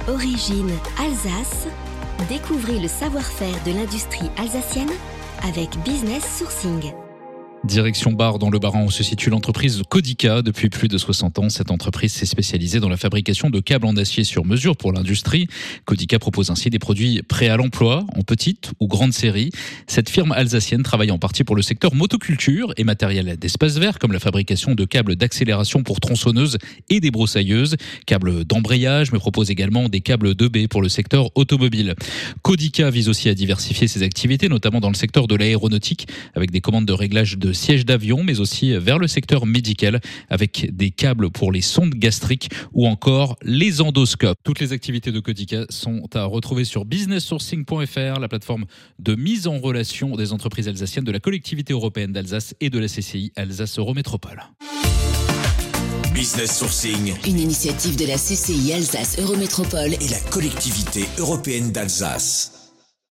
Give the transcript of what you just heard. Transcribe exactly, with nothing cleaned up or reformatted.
Origine Alsace. Découvrez le savoir-faire de l'industrie alsacienne avec Business Sourcing. Direction Bar dans le Bas-Rhin où se situe l'entreprise Codica. Depuis plus de soixante ans, cette entreprise s'est spécialisée dans la fabrication de câbles en acier sur mesure pour l'industrie. Codica propose ainsi des produits prêts à l'emploi, en petite ou grande série. Cette firme alsacienne travaille en partie pour le secteur motoculture et matériel d'espace vert, comme la fabrication de câbles d'accélération pour tronçonneuses et des broussailleuses, câbles d'embrayage, mais propose également des câbles deux B pour le secteur automobile. Codica vise aussi à diversifier ses activités, notamment dans le secteur de l'aéronautique, avec des commandes de réglage de sièges d'avion, mais aussi vers le secteur médical avec des câbles pour les sondes gastriques ou encore les endoscopes. Toutes les activités de Codica sont à retrouver sur business sourcing point f r, la plateforme de mise en relation des entreprises alsaciennes de la collectivité européenne d'Alsace et de la C C I Alsace Eurométropole. Business Sourcing, une initiative de la C C I Alsace Eurométropole et la collectivité européenne d'Alsace.